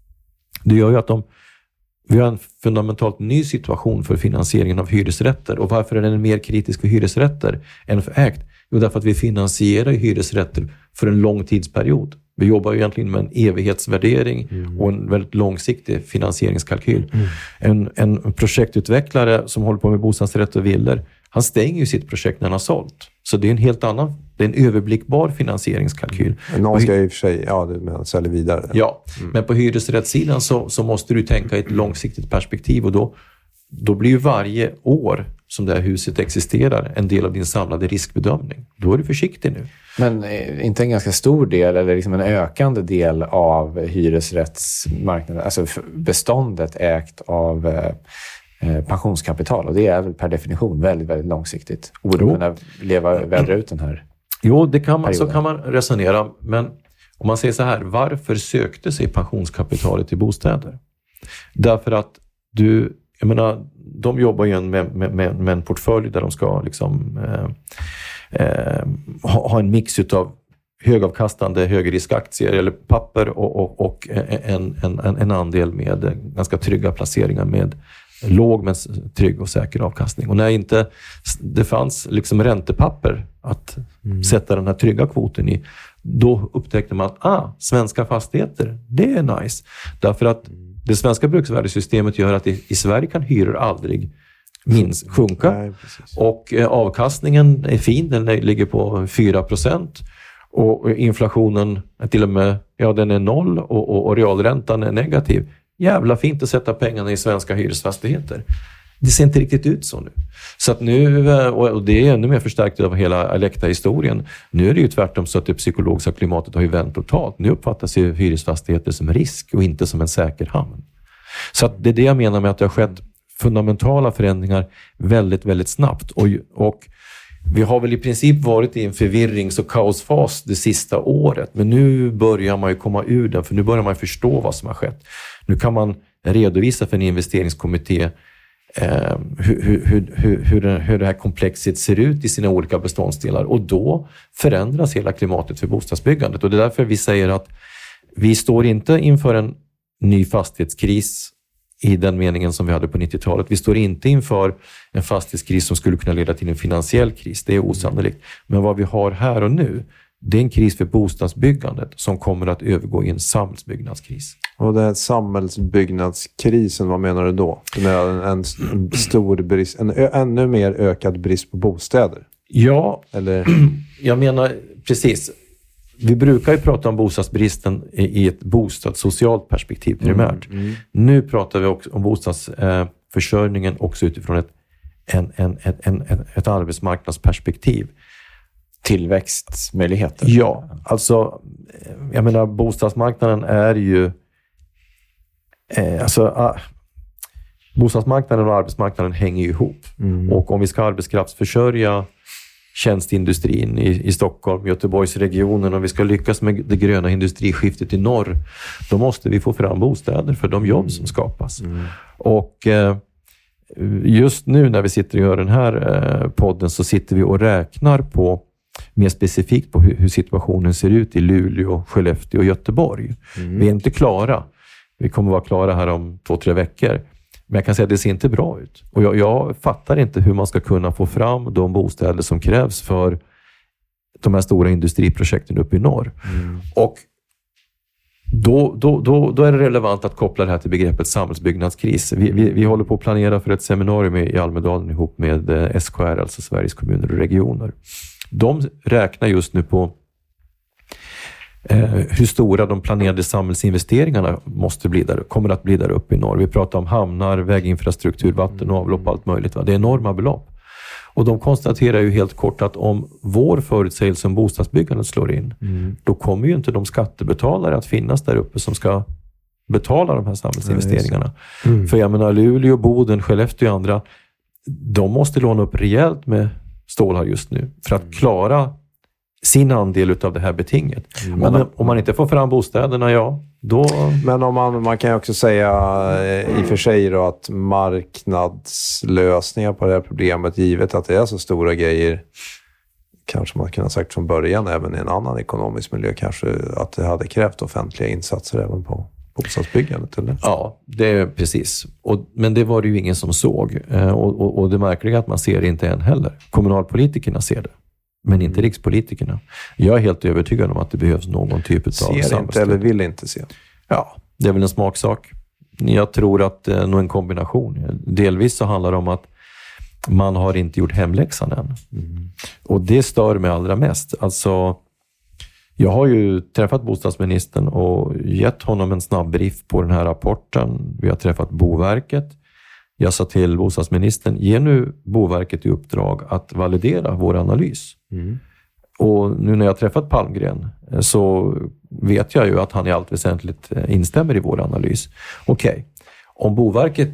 Det gör ju att de, vi har en fundamentalt ny situation för finansieringen av hyresrätter. Och varför är den mer kritisk för hyresrätter än för ägt? Jo, därför att vi finansierar hyresrätter för en lång tidsperiod. Vi jobbar ju egentligen med en evighetsvärdering mm. och en väldigt långsiktig finansieringskalkyl. Mm. En, en projektutvecklare som håller på med bostadsrätter och villor, han stänger ju sitt projekt när han har sålt. Så det är en helt annan, det är en överblickbar finansieringskalkyl.
Mm. Någon ska i och för sig, ja, man säljer vidare.
Ja, mm. men på hyresrättssidan så, så måste du tänka i ett långsiktigt perspektiv och då, då blir ju varje år som det här huset existerar en del av din samlade riskbedömning. Då är du försiktig nu.
Men inte en ganska stor del eller liksom en ökande del av hyresrättsmarknaden, alltså beståndet ägt av eh, pensionskapital, och det är väl per definition väldigt, väldigt långsiktigt. Och borde kunna leva, vädra ut den här
Jo, det kan man, så kan man resonera. Men om man säger så här, varför sökte sig pensionskapitalet till bostäder? Därför att du, jag menar, de jobbar ju med, med, med en portfölj där de ska liksom, eh, eh, ha, ha en mix utav högavkastande högriskaktier eller papper och, och, och en, en, en andel med ganska trygga placeringar med låg men trygg och säker avkastning. Och när inte det fanns liksom räntepapper att mm. sätta den här trygga kvoten i, då upptäckte man att ah, svenska fastigheter, det är nice. Därför att det svenska bruksvärdesystemet gör att i, i Sverige kan hyror aldrig minst sjunka. Nej, och eh, avkastningen är fin, den ligger på fyra procent. Och inflationen är till och med, ja, den är noll och, och, och realräntan är negativ. Jävla fint att sätta pengarna i svenska hyresfastigheter. Det ser inte riktigt ut så nu. Så att nu, och det är ännu mer förstärkt av hela Alecta-historien, nu är det ju tvärtom så att det psykologiska klimatet har ju vänt totalt. Nu uppfattas ju hyresfastigheter som risk och inte som en säker hamn. Så att det är det jag menar med att det har skett fundamentala förändringar väldigt, väldigt snabbt. Och, och vi har väl i princip varit i en förvirrings- och kaosfas det sista året. Men nu börjar man ju komma ur den, för nu börjar man förstå vad som har skett. Nu kan man redovisa för en investeringskommitté eh, hur, hur, hur, hur, det, hur det här komplexet ser ut i sina olika beståndsdelar. Och då förändras hela klimatet för bostadsbyggandet. Och det är därför vi säger att vi står inte inför en ny fastighetskris i den meningen som vi hade på nittiotalet. Vi står inte inför en fastighetskris som skulle kunna leda till en finansiell kris. Det är osannolikt. Men vad vi har här och nu, Det är en kris för bostadsbyggandet som kommer att övergå i en samhällsbyggnadskris.
Och den här samhällsbyggnadskrisen, vad menar du då? Det är en, en, en stor brist, en ö, ännu mer ökad brist på bostäder?
Ja,
Eller?
jag menar precis. Vi brukar ju prata om bostadsbristen i, i ett bostadssocialt perspektiv primärt. Mm, mm. Nu pratar vi också om bostadsförsörjningen eh, också utifrån ett, en, en, en, en, ett arbetsmarknadsperspektiv.
Tillväxtmöjligheter.
Ja, alltså jag menar bostadsmarknaden är ju eh, alltså ah, bostadsmarknaden och arbetsmarknaden hänger ju ihop. Mm. Och om vi ska arbetskraftsförsörja tjänsteindustrin i, i Stockholm, Göteborgsregionen, och vi ska lyckas med det gröna industriskiftet i norr, då måste vi få fram bostäder för de jobb som skapas. Mm. Och eh, just nu när vi sitter och gör den här eh, podden så sitter vi och räknar på mer specifikt på hur, hur situationen ser ut i Luleå, Skellefteå och Göteborg. Mm. Vi är inte klara. Vi kommer vara klara här om två, tre veckor. Men jag kan säga att det ser inte bra ut. Och jag, jag fattar inte hur man ska kunna få fram de bostäder som krävs för de här stora industriprojekten uppe i norr. Mm. Och då, då, då, då är det relevant att koppla det här till begreppet samhällsbyggnadskris. Vi, vi, vi håller på att planera för ett seminarium i Almedalen ihop med S K R, alltså Sveriges kommuner och regioner. De räknar just nu på eh, hur stora de planerade samhällsinvesteringarna måste bli där, kommer att bli där uppe i norr. Vi pratar om hamnar, väginfrastruktur, vatten och avlopp, allt möjligt. Va? Det är enorma belopp. Och de konstaterar ju helt kort att om vår förutsägelse om bostadsbyggandet slår in, mm. då kommer ju inte de skattebetalare att finnas där uppe som ska betala de här samhällsinvesteringarna. Ja, mm. För jag menar Luleå, Boden, Skellefteå och andra, de måste låna upp rejält med stål här just nu för att klara sin andel av det här betinget. Mm. Men om, om man inte får fram bostäderna, ja, då...
Men om man, man kan ju också säga i och för sig då att marknadslösningar på det här problemet, givet att det är så stora grejer, kanske man kunde ha sagt från början, även i en annan ekonomisk miljö, kanske att det hade krävt offentliga insatser även på bostadsbyggandet, eller?
Ja, det är precis. Och, men det var det ju ingen som såg. Eh, och, och, och det märkliga är att man ser det inte än heller. Kommunalpolitikerna ser det, men inte rikspolitikerna. Jag är helt övertygad om att det behövs någon typ av samhällsstöd.
Ser inte eller vill inte se?
Ja, det är väl en smaksak. Jag tror att eh, nog en kombination. Delvis så handlar det om att man har inte gjort hemläxan än. Mm. Och det stör mig allra mest. Alltså... Jag har ju träffat bostadsministern och gett honom en snabb brief på den här rapporten. Vi har träffat Boverket. Jag sa till bostadsministern, ge nu Boverket i uppdrag att validera vår analys. Mm. Och nu när jag har träffat Palmgren så vet jag ju att han i allt väsentligt instämmer i vår analys. Okej, okay. Om Boverket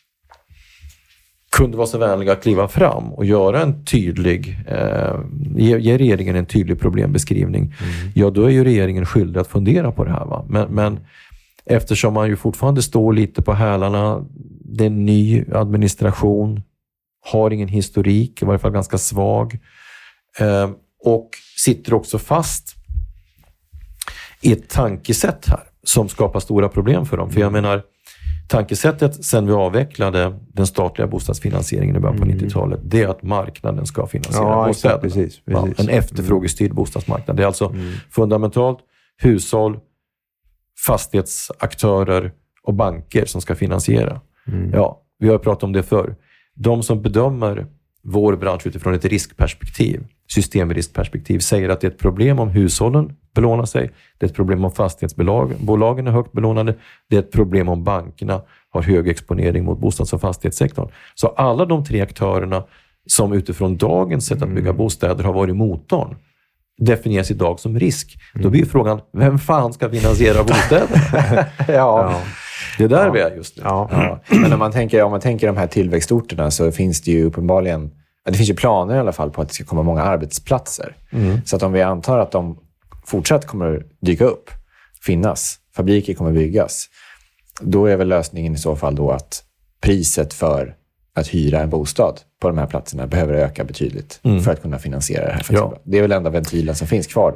kunde vara så vänliga att kliva fram och göra en tydlig, eh, ge, ge regeringen en tydlig problembeskrivning, mm. ja då är ju regeringen skyldig att fundera på det här. Va? Men, men eftersom man ju fortfarande står lite på hälarna, det är en ny administration, har ingen historik, i varje fall ganska svag, eh, och sitter också fast i ett tankesätt här som skapar stora problem för dem. För jag menar, tankesättet sen vi avvecklade den statliga bostadsfinansieringen i början på mm. nittiotalet, det är att marknaden ska finansiera ja, bostäderna. Precis, precis. Ja, en efterfrågestyrd mm. bostadsmarknad. Det är alltså mm. fundamentalt hushåll, fastighetsaktörer och banker som ska finansiera. Mm. Ja, vi har pratat om det förr. De som bedömer vår bransch utifrån ett riskperspektiv, systemriskperspektiv, säger att det är ett problem om hushållen belånar sig. Det är ett problem om fastighetsbolagen är högt belånade. Det är ett problem om bankerna har hög exponering mot bostads- och fastighetssektorn. Så alla de tre aktörerna som utifrån dagens sätt att bygga bostäder har varit motorn definieras idag som risk. Mm. Då blir frågan, vem fan ska finansiera bostäder?
ja. ja.
Det är där
ja.
vi är just nu.
Ja. Ja. Men om man tänker, om man tänker de här tillväxtorterna så finns det ju uppenbarligen, det finns ju planer i alla fall på att det ska komma många arbetsplatser. Mm. Så att om vi antar att de fortsatt kommer dyka upp, finnas, fabriker kommer byggas, då är väl lösningen i så fall då att priset för att hyra en bostad på de här platserna behöver öka betydligt mm. för att kunna finansiera det här. Ja. Det är väl enda ventilen som finns kvar då?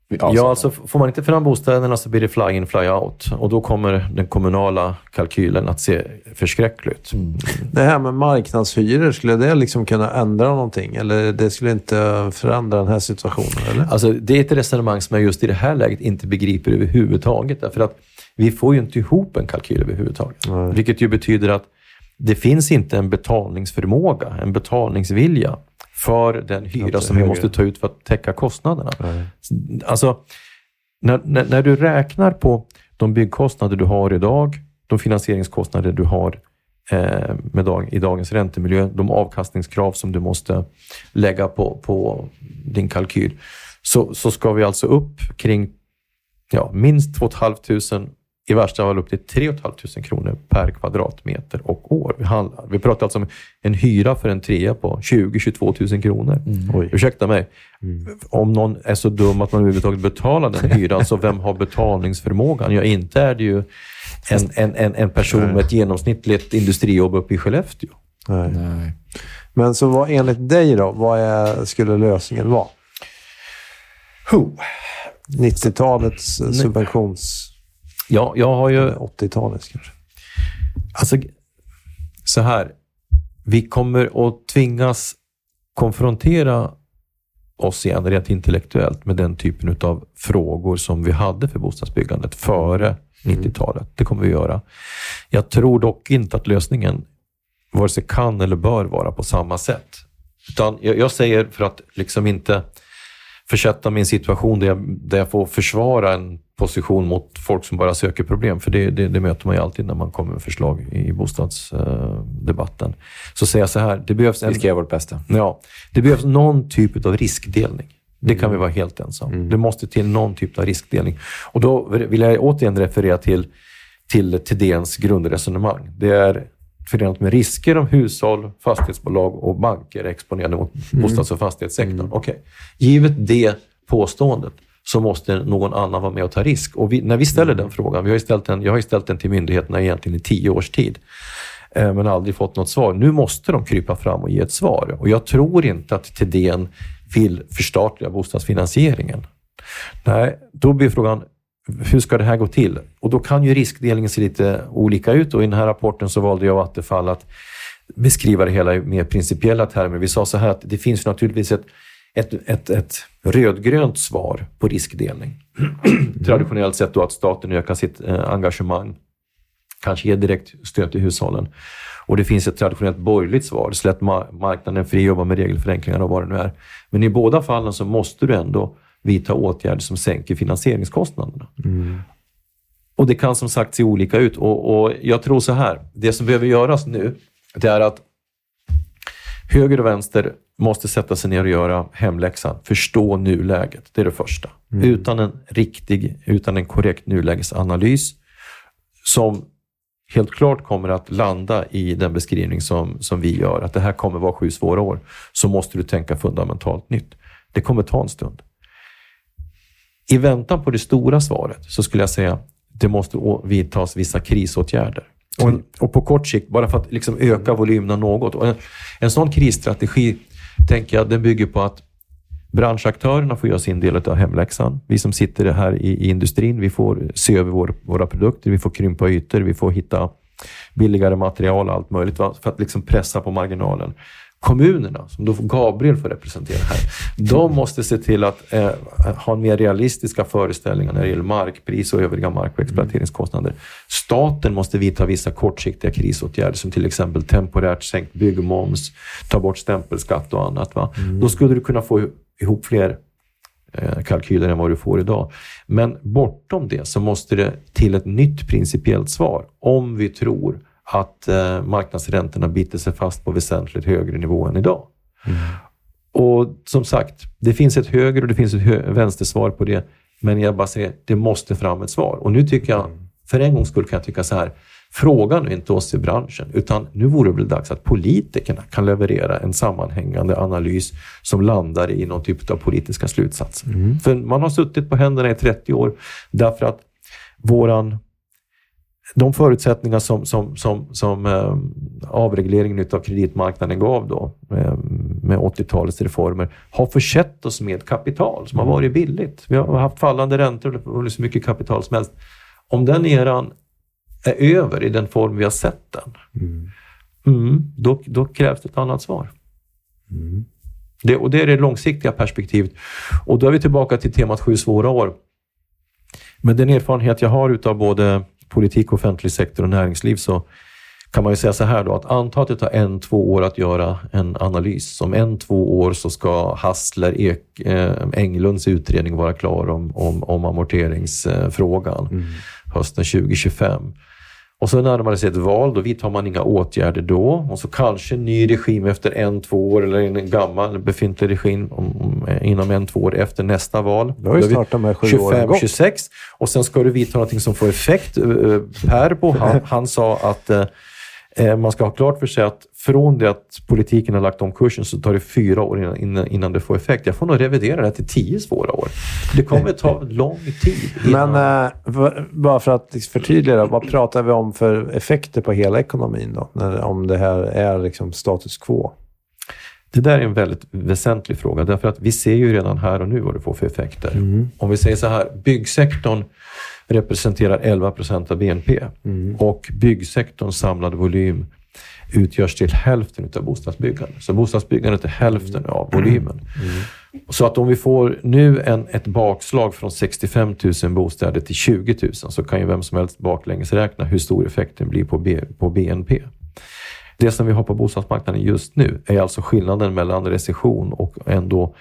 Ja,
ja, alltså får man inte fram bostäderna så blir det fly in, fly out. Och då kommer den kommunala kalkylen att se förskräckligt. Mm.
Det här med marknadshyror, skulle det liksom kunna ändra någonting? Eller det skulle inte förändra den här situationen? Eller?
Alltså, det är ett resonemang som jag just i det här läget inte begriper överhuvudtaget. Därför att vi får ju inte ihop en kalkyl överhuvudtaget. Mm. Vilket ju betyder att det finns inte en betalningsförmåga, en betalningsvilja för den hyra som vi måste ta ut för att täcka kostnaderna. Mm. Alltså, när, när, när du räknar på de byggkostnader du har idag, de finansieringskostnader du har eh, med dag, i dagens räntemiljö, de avkastningskrav som du måste lägga på, på din kalkyl, så, så ska vi alltså upp kring ja, minst två tusen femhundra, i värsta fall upp till tre tusen femhundra kronor per kvadratmeter och år. Vi, handlar. vi pratar alltså om en hyra för en trea på tjugo till tjugotvå tusen kronor. Mm. Ursäkta mig. Mm. Om någon är så dum att man överhuvudtaget betalar den hyran, så vem har betalningsförmågan? Ja, inte är det ju en, en, en, en person Nej. med ett genomsnittligt industrijobb uppe i Skellefteå.
Nej. Nej. Men så vad, enligt dig då, vad är, skulle lösningen vara?
Who?
nittiotalets subventions...
Ja, jag har ju...
åttiotalets kanske.
Alltså, så här. Vi kommer att tvingas konfrontera oss igen rent intellektuellt med den typen av frågor som vi hade för bostadsbyggandet före nittiotalet. Det kommer vi göra. Jag tror dock inte att lösningen vare sig kan eller bör vara på samma sätt. Utan jag, jag säger, för att liksom inte försätta mig i en situation där jag, där jag får försvara en position mot folk som bara söker problem, för det, det, det möter man ju alltid när man kommer med förslag i bostadsdebatten. Så säger jag så här, det behövs en,
vi ska göra vårt bästa.
Ja, det behövs någon typ av riskdelning. Det kan mm. vi vara helt ensam. Mm. Det måste till någon typ av riskdelning. Och då vill jag återigen referera till, till Thedéens grundresonemang. Det är förenat med risker om hushåll, fastighetsbolag och banker är exponerade mot mm. bostads- och fastighetssektorn. Mm. Okej. Givet det påståendet så måste någon annan vara med och ta risk. Och vi, när vi ställer mm. den frågan, vi har ju ställt den, jag har ju ställt den till myndigheterna egentligen i tio års tid, eh, men aldrig fått något svar. Nu måste de krypa fram och ge ett svar. Och jag tror inte att Thedéen vill förstatliga bostadsfinansieringen. Nej, då blir frågan, hur ska det här gå till? Och då kan ju riskdelningen se lite olika ut, och i den här rapporten så valde jag Vattenfall att beskriva det hela i mer principiella termer. Vi sa så här att det finns naturligtvis ett, ett, ett, ett rödgrönt svar på riskdelning. Mm. Traditionellt sett då att staten ökar sitt eh, engagemang, kanske ger direkt stöd till hushållen. Och det finns ett traditionellt borgerligt svar, släpp marknaden fri, jobba med regelförenklingar och vad det nu är. Men i båda fallen så måste du ändå vidta åtgärder som sänker finansieringskostnaderna. Mm. Och det kan som sagt se olika ut. Och, och jag tror så här, det som behöver göras nu, det är att höger och vänster måste sätta sig ner och göra hemläxan. Förstå nuläget, det är det första. Mm. Utan en riktig, utan en korrekt nulägesanalys som helt klart kommer att landa i den beskrivning som, som vi gör, att det här kommer vara sju svåra år, så måste du tänka fundamentalt nytt. Det kommer ta en stund. I väntan på det stora svaret så skulle jag säga det måste vidtas vissa krisåtgärder. Och, och på kort sikt, bara för att liksom öka volymerna något. Och en, en sån krisstrategi, tänker jag, den bygger på att branschaktörerna får göra sin del av hemläxan. Vi som sitter här i, i industrin, vi får se över vår, våra produkter, vi får krympa ytor, vi får hitta billigare material och allt möjligt, va? För att liksom pressa på marginalen. Kommunerna, som då Gabriel får representera här, de måste se till att eh, ha mer realistiska föreställningar när det gäller markpris och övriga mark- och exploateringskostnader. Staten måste vidta vissa kortsiktiga krisåtgärder, som till exempel temporärt sänkt byggmoms, ta bort stämpelskatt och annat. Va? Mm. Då skulle du kunna få ihop fler eh, kalkyler än vad du får idag. Men bortom det så måste det till ett nytt principiellt svar om vi tror att eh, marknadsräntorna biter sig fast på väsentligt högre nivå än idag. Mm. Och som sagt, det finns ett höger och det finns ett hö- vänstersvar på det, men jag bara säger, det måste fram ett svar. Och nu tycker jag, för en gångs skull kan jag tycka så här, fråga nu inte oss i branschen, utan nu vore det väl dags att politikerna kan leverera en sammanhängande analys som landar i någon typ av politiska slutsatser. Mm. För man har suttit på händerna i trettio år därför att våran de förutsättningar som, som, som, som eh, avregleringen av kreditmarknaden gav då, eh, med åttiotalets reformer har försett oss med kapital som har varit billigt. Vi har haft fallande räntor och så mycket kapital som helst. Om den eran är över i den form vi har sett den, mm. Mm, då, då krävs det ett annat svar. Mm. Det, och det är det långsiktiga perspektivet. Och då är vi tillbaka till temat sju svåra år. Med den erfarenhet jag har utav både politik, offentlig sektor och näringsliv, så kan man ju säga så här då, att anta att det tar en, två år att göra en analys. Om en, två år så ska Hassler, Ek, eh, Englunds utredning vara klar om, om, om amorteringsfrågan mm. hösten tjugo tjugofem. Och så närmar det sig ett val, då vidtar man inga åtgärder då. Och så kanske en ny regim efter en, två år, eller en gammal befintlig regim om, om, inom en, två år efter nästa val.
Då har ju snart de här sju
tjugofem tjugosex. Och sen ska du vidta någonting som får effekt. Perbo, han, han sa att eh, man ska ha klart för sig att från det att politiken har lagt om kursen så tar det fyra år innan, innan det får effekt. Jag får nog revidera det till tio svåra år. Det kommer ta lång tid.
Innan... Men äh, bara för att förtydliga, vad pratar vi om för effekter på hela ekonomin då? När, om det här är liksom status quo?
Det där är en väldigt väsentlig fråga. Därför att vi ser ju redan här och nu vad det får för effekter. Mm. Om vi säger så här, byggsektorn representerar elva procent av B N P. Mm. Och byggsektorns samlade volym utgörs till hälften av bostadsbyggandet. Så bostadsbyggandet är hälften av volymen. Mm. Så att om vi får nu en, ett bakslag från sextiofem tusen bostäder till tjugo tusen, så kan ju vem som helst baklänges räkna hur stor effekten blir på, B, på B N P. Det som vi har på bostadsmarknaden just nu är alltså skillnaden mellan recession och ändå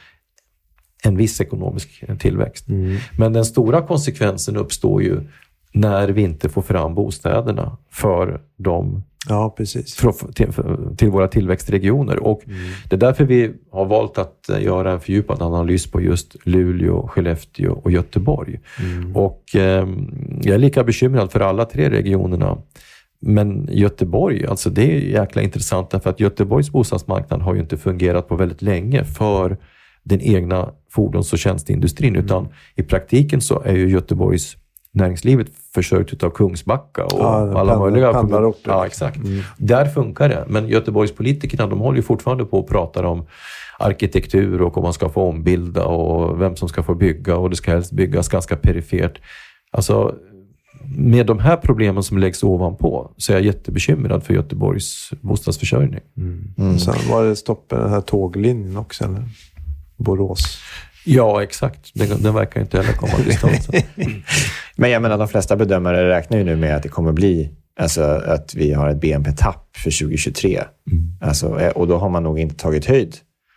en viss ekonomisk tillväxt. Mm. Men den stora konsekvensen uppstår ju när vi inte får fram bostäderna för de
ja, precis.
För, till, för, till våra tillväxtregioner. Och mm. det är därför vi har valt att göra en fördjupad analys på just Luleå, Skellefteå och Göteborg. Mm. Och eh, jag är lika bekymrad för alla tre regionerna. Men Göteborg, alltså det är jäkla intressant därför att Göteborgs bostadsmarknad har ju inte fungerat på väldigt länge för den egna fordons- och tjänsteindustrin, mm. utan i praktiken så är ju Göteborgs näringslivet försörjt av Kungsbacka och ja, alla möjliga
pendlarorter.
Ja, exakt. Mm. Där funkar det. Men Göteborgs politikerna, de håller ju fortfarande på att prata om arkitektur och om man ska få ombilda och vem som ska få bygga, och det ska helst byggas ganska perifert. Alltså med de här problemen som läggs ovanpå så är jag jättebekymrad för Göteborgs bostadsförsörjning.
Mm. Mm. Sen var det stopp den här tåglinjen också, eller? Borås.
Ja, exakt. Den, den verkar inte heller komma till stånd.
Men jag menar, de flesta bedömare räknar ju nu med att det kommer bli, alltså att vi har ett B N P-tapp för tjugo tjugotre. Mm. Alltså, och då har man nog inte tagit höjd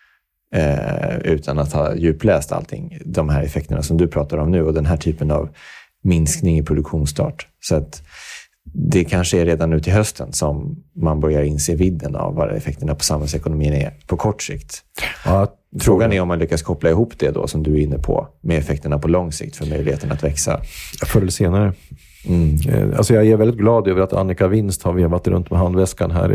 eh, utan att ha djupläst allting. De här effekterna som du pratar om nu och den här typen av minskning i produktionsstart. Så att det kanske är redan nu till hösten som man börjar inse vidden av vad effekterna på samhällsekonomin är på kort sikt. Ja, frågan är om man lyckas koppla ihop det då, som du är inne på, med effekterna på lång sikt för möjligheten att växa.
Förr eller senare. Mm. Alltså jag är väldigt glad över att Annika Winst har vevat runt med handväskan här.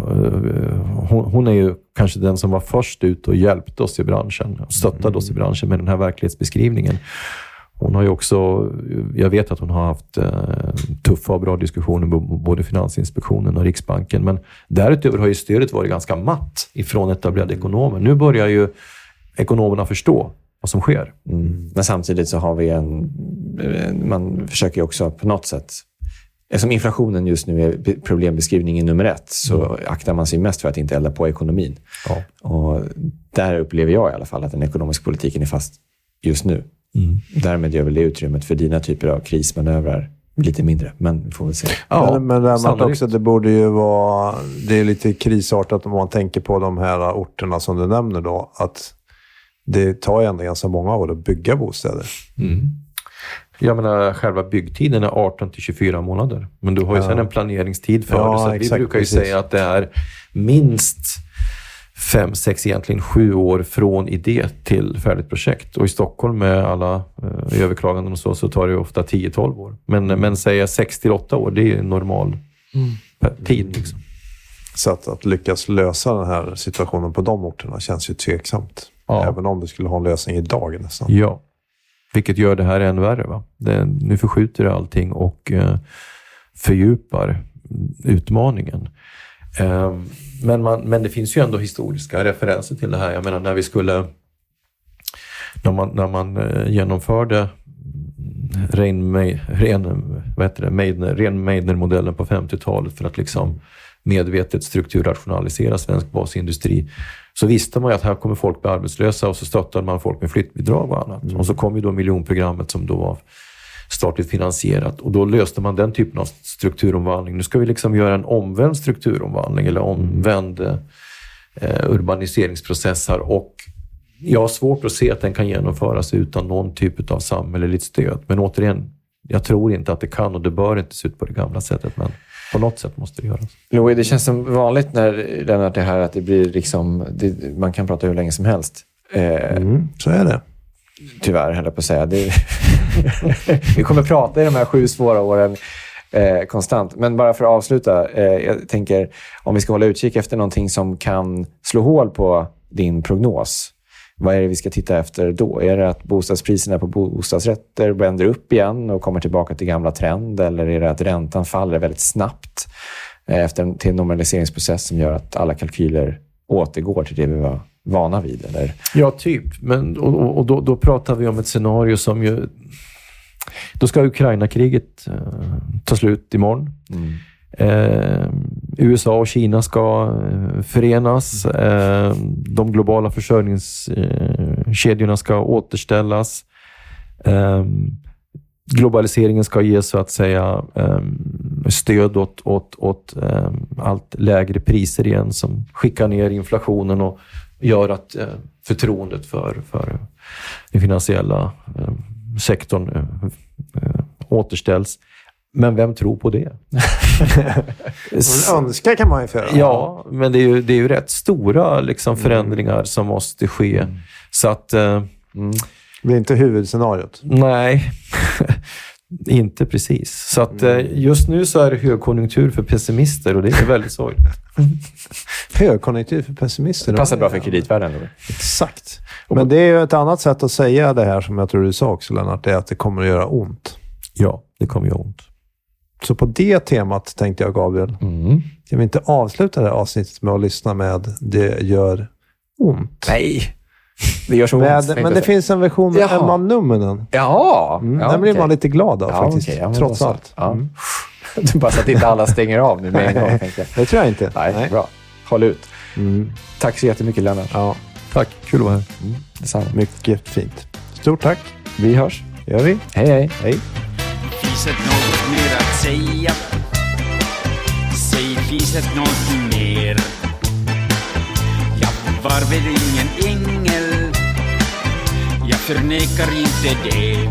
Hon är ju kanske den som var först ut och hjälpte oss i branschen, stöttade mm. oss i branschen med den här verklighetsbeskrivningen. Hon har ju också, jag vet att hon har haft eh, tuffa och bra diskussioner med både Finansinspektionen och Riksbanken, men därutöver har ju stödet varit ganska matt ifrån etablerade ekonomer. Nu börjar ju ekonomerna förstå vad som sker.
Mm. Men samtidigt så har vi en, man försöker ju också på något sätt, eftersom inflationen just nu är problembeskrivningen nummer ett, så mm. aktar man sig mest för att inte elda på ekonomin. Ja. Och där upplever jag i alla fall att den ekonomiska politiken är fast just nu. Mm. Därmed gör väl det utrymmet för dina typer av krismanövrar lite mindre, men vi får väl se.
Ja, men, men därmed också, det borde ju vara, det är lite krisartat om man tänker på de här orterna som du nämner då, att det tar ju ändå ganska många år att bygga bostäder.
Mm. Jag menar, själva byggtiden är arton till tjugofyra månader, men du har ju ja. sedan en planeringstid för ja, det, så exakt, vi brukar ju precis. säga att det är minst fem, sex, egentligen sju år från idé till färdigt projekt. Och i Stockholm med alla eh, överklaganden och så, så tar det ofta tio till tolv år. Men, men säga sex till åtta år, det är normal mm. tid. Liksom.
Så att, att lyckas lösa den här situationen på de orterna känns ju tveksamt. Ja. Även om det skulle ha en lösning idag nästan.
Ja, vilket gör det här än värre. Va? Det, nu förskjuter det allting och eh, fördjupar utmaningen. Eh, men, man, men det finns ju ändå historiska referenser till det här. Jag menar när vi skulle, när man, när man eh, genomförde ren, ren, vad heter det, Meidner, ren Meidner-modellen på femtiotalet för att liksom medvetet strukturrationalisera svensk basindustri, så visste man ju att här kommer folk bli arbetslösa och så stöttade man folk med flyttbidrag och annat. Mm. Och så kom ju då miljonprogrammet som då var statligt finansierat och då löste man den typen av strukturomvandling. Nu ska vi liksom göra en omvänd strukturomvandling eller omvänd eh, urbaniseringsprocesser, och jag har svårt att se att den kan genomföras utan någon typ av samhälleligt stöd. Men återigen, jag tror inte att det kan och det bör inte se ut på det gamla sättet, men på något sätt måste det göras.
Louis, det känns som vanligt när Lennart är här att det blir liksom, det, man kan prata hur länge som helst. Eh,
mm, så är det.
Tyvärr, höll jag på att säga. Det, vi kommer prata i de här sju svåra åren eh, konstant. Men bara för att avsluta, eh, jag tänker om vi ska hålla utkik efter någonting som kan slå hål på din prognos. Vad är det vi ska titta efter då? Är det att bostadspriserna på bostadsrätter vänder upp igen och kommer tillbaka till gamla trend? Eller är det att räntan faller väldigt snabbt efter en, till en normaliseringsprocess som gör att alla kalkyler återgår till det vi var vana vid? Eller?
Ja, typ. Men, och och då, då pratar vi om ett scenario som ju... Då ska Ukraina-kriget eh, ta slut imorgon. Mm. Eh, U S A och Kina ska eh, förenas. Eh, de globala försörjningskedjorna eh, ska återställas. Eh, globaliseringen ska ge så att säga eh, stöd åt, åt, åt eh, allt lägre priser igen som skickar ner inflationen och gör att eh, förtroendet för, för den finansiella eh, sektorn eh, eh, återställs. Men vem tror på det?
Önska kan man ju föra.
Ja, men det är ju, det är ju rätt stora liksom, förändringar mm. som måste ske. Mm. Så att... Eh, mm.
Det är inte huvudscenariot.
Nej, inte precis. Så att mm. just nu så är det högkonjunktur för pessimister och det är väldigt sorgligt.
Högkonjunktur för pessimister?
Det passar bra för kreditvärden. Eller?
Exakt. Men det är ju ett annat sätt att säga det här som jag tror du sa också, Lennart, det är att det kommer att göra ont.
Ja, det kommer att göra ont.
Så på det temat tänkte jag, Gabriel, mm. jag vill inte avsluta det här avsnittet med att lyssna med Det gör ont.
Nej, det gör så ont.
Men, men det finns en version med Emma Numminen.
Ja,
mm,
ja
den blir
okay.
man lite glad av
ja,
faktiskt,
okay, ja,
trots allt.
Ja. Mm. Du bara så att inte alla stänger av nu med en gång. Jag.
Det tror jag inte.
Nej, Nej. Bra. Håll ut. Mm. Tack så jättemycket, Lennart.
Ja.
Tack, kul att vara här.
Mm. Detsamma.
Mycket fint. Stort tack.
Vi hörs.
Gör vi.
Hej, hej.
Hej.
Finns det något mer att säga? Säg, finns det något mer? Jag var väl ingen ängel, jag förnekar inte det.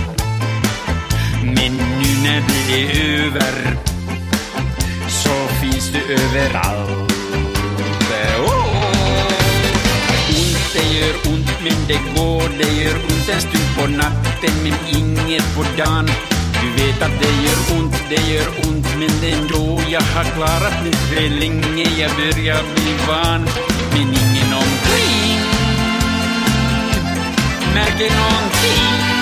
Men nu när det är över så finns det överallt. Oh! Ont, det gör ont, men det går. Det gör ont en stund på natten, men inget på dagen. Du vet att det gör ont, det gör ont, men ändå jag har klarat mig för länge. Jag börjar bli van, men ingen omkring märker någonting.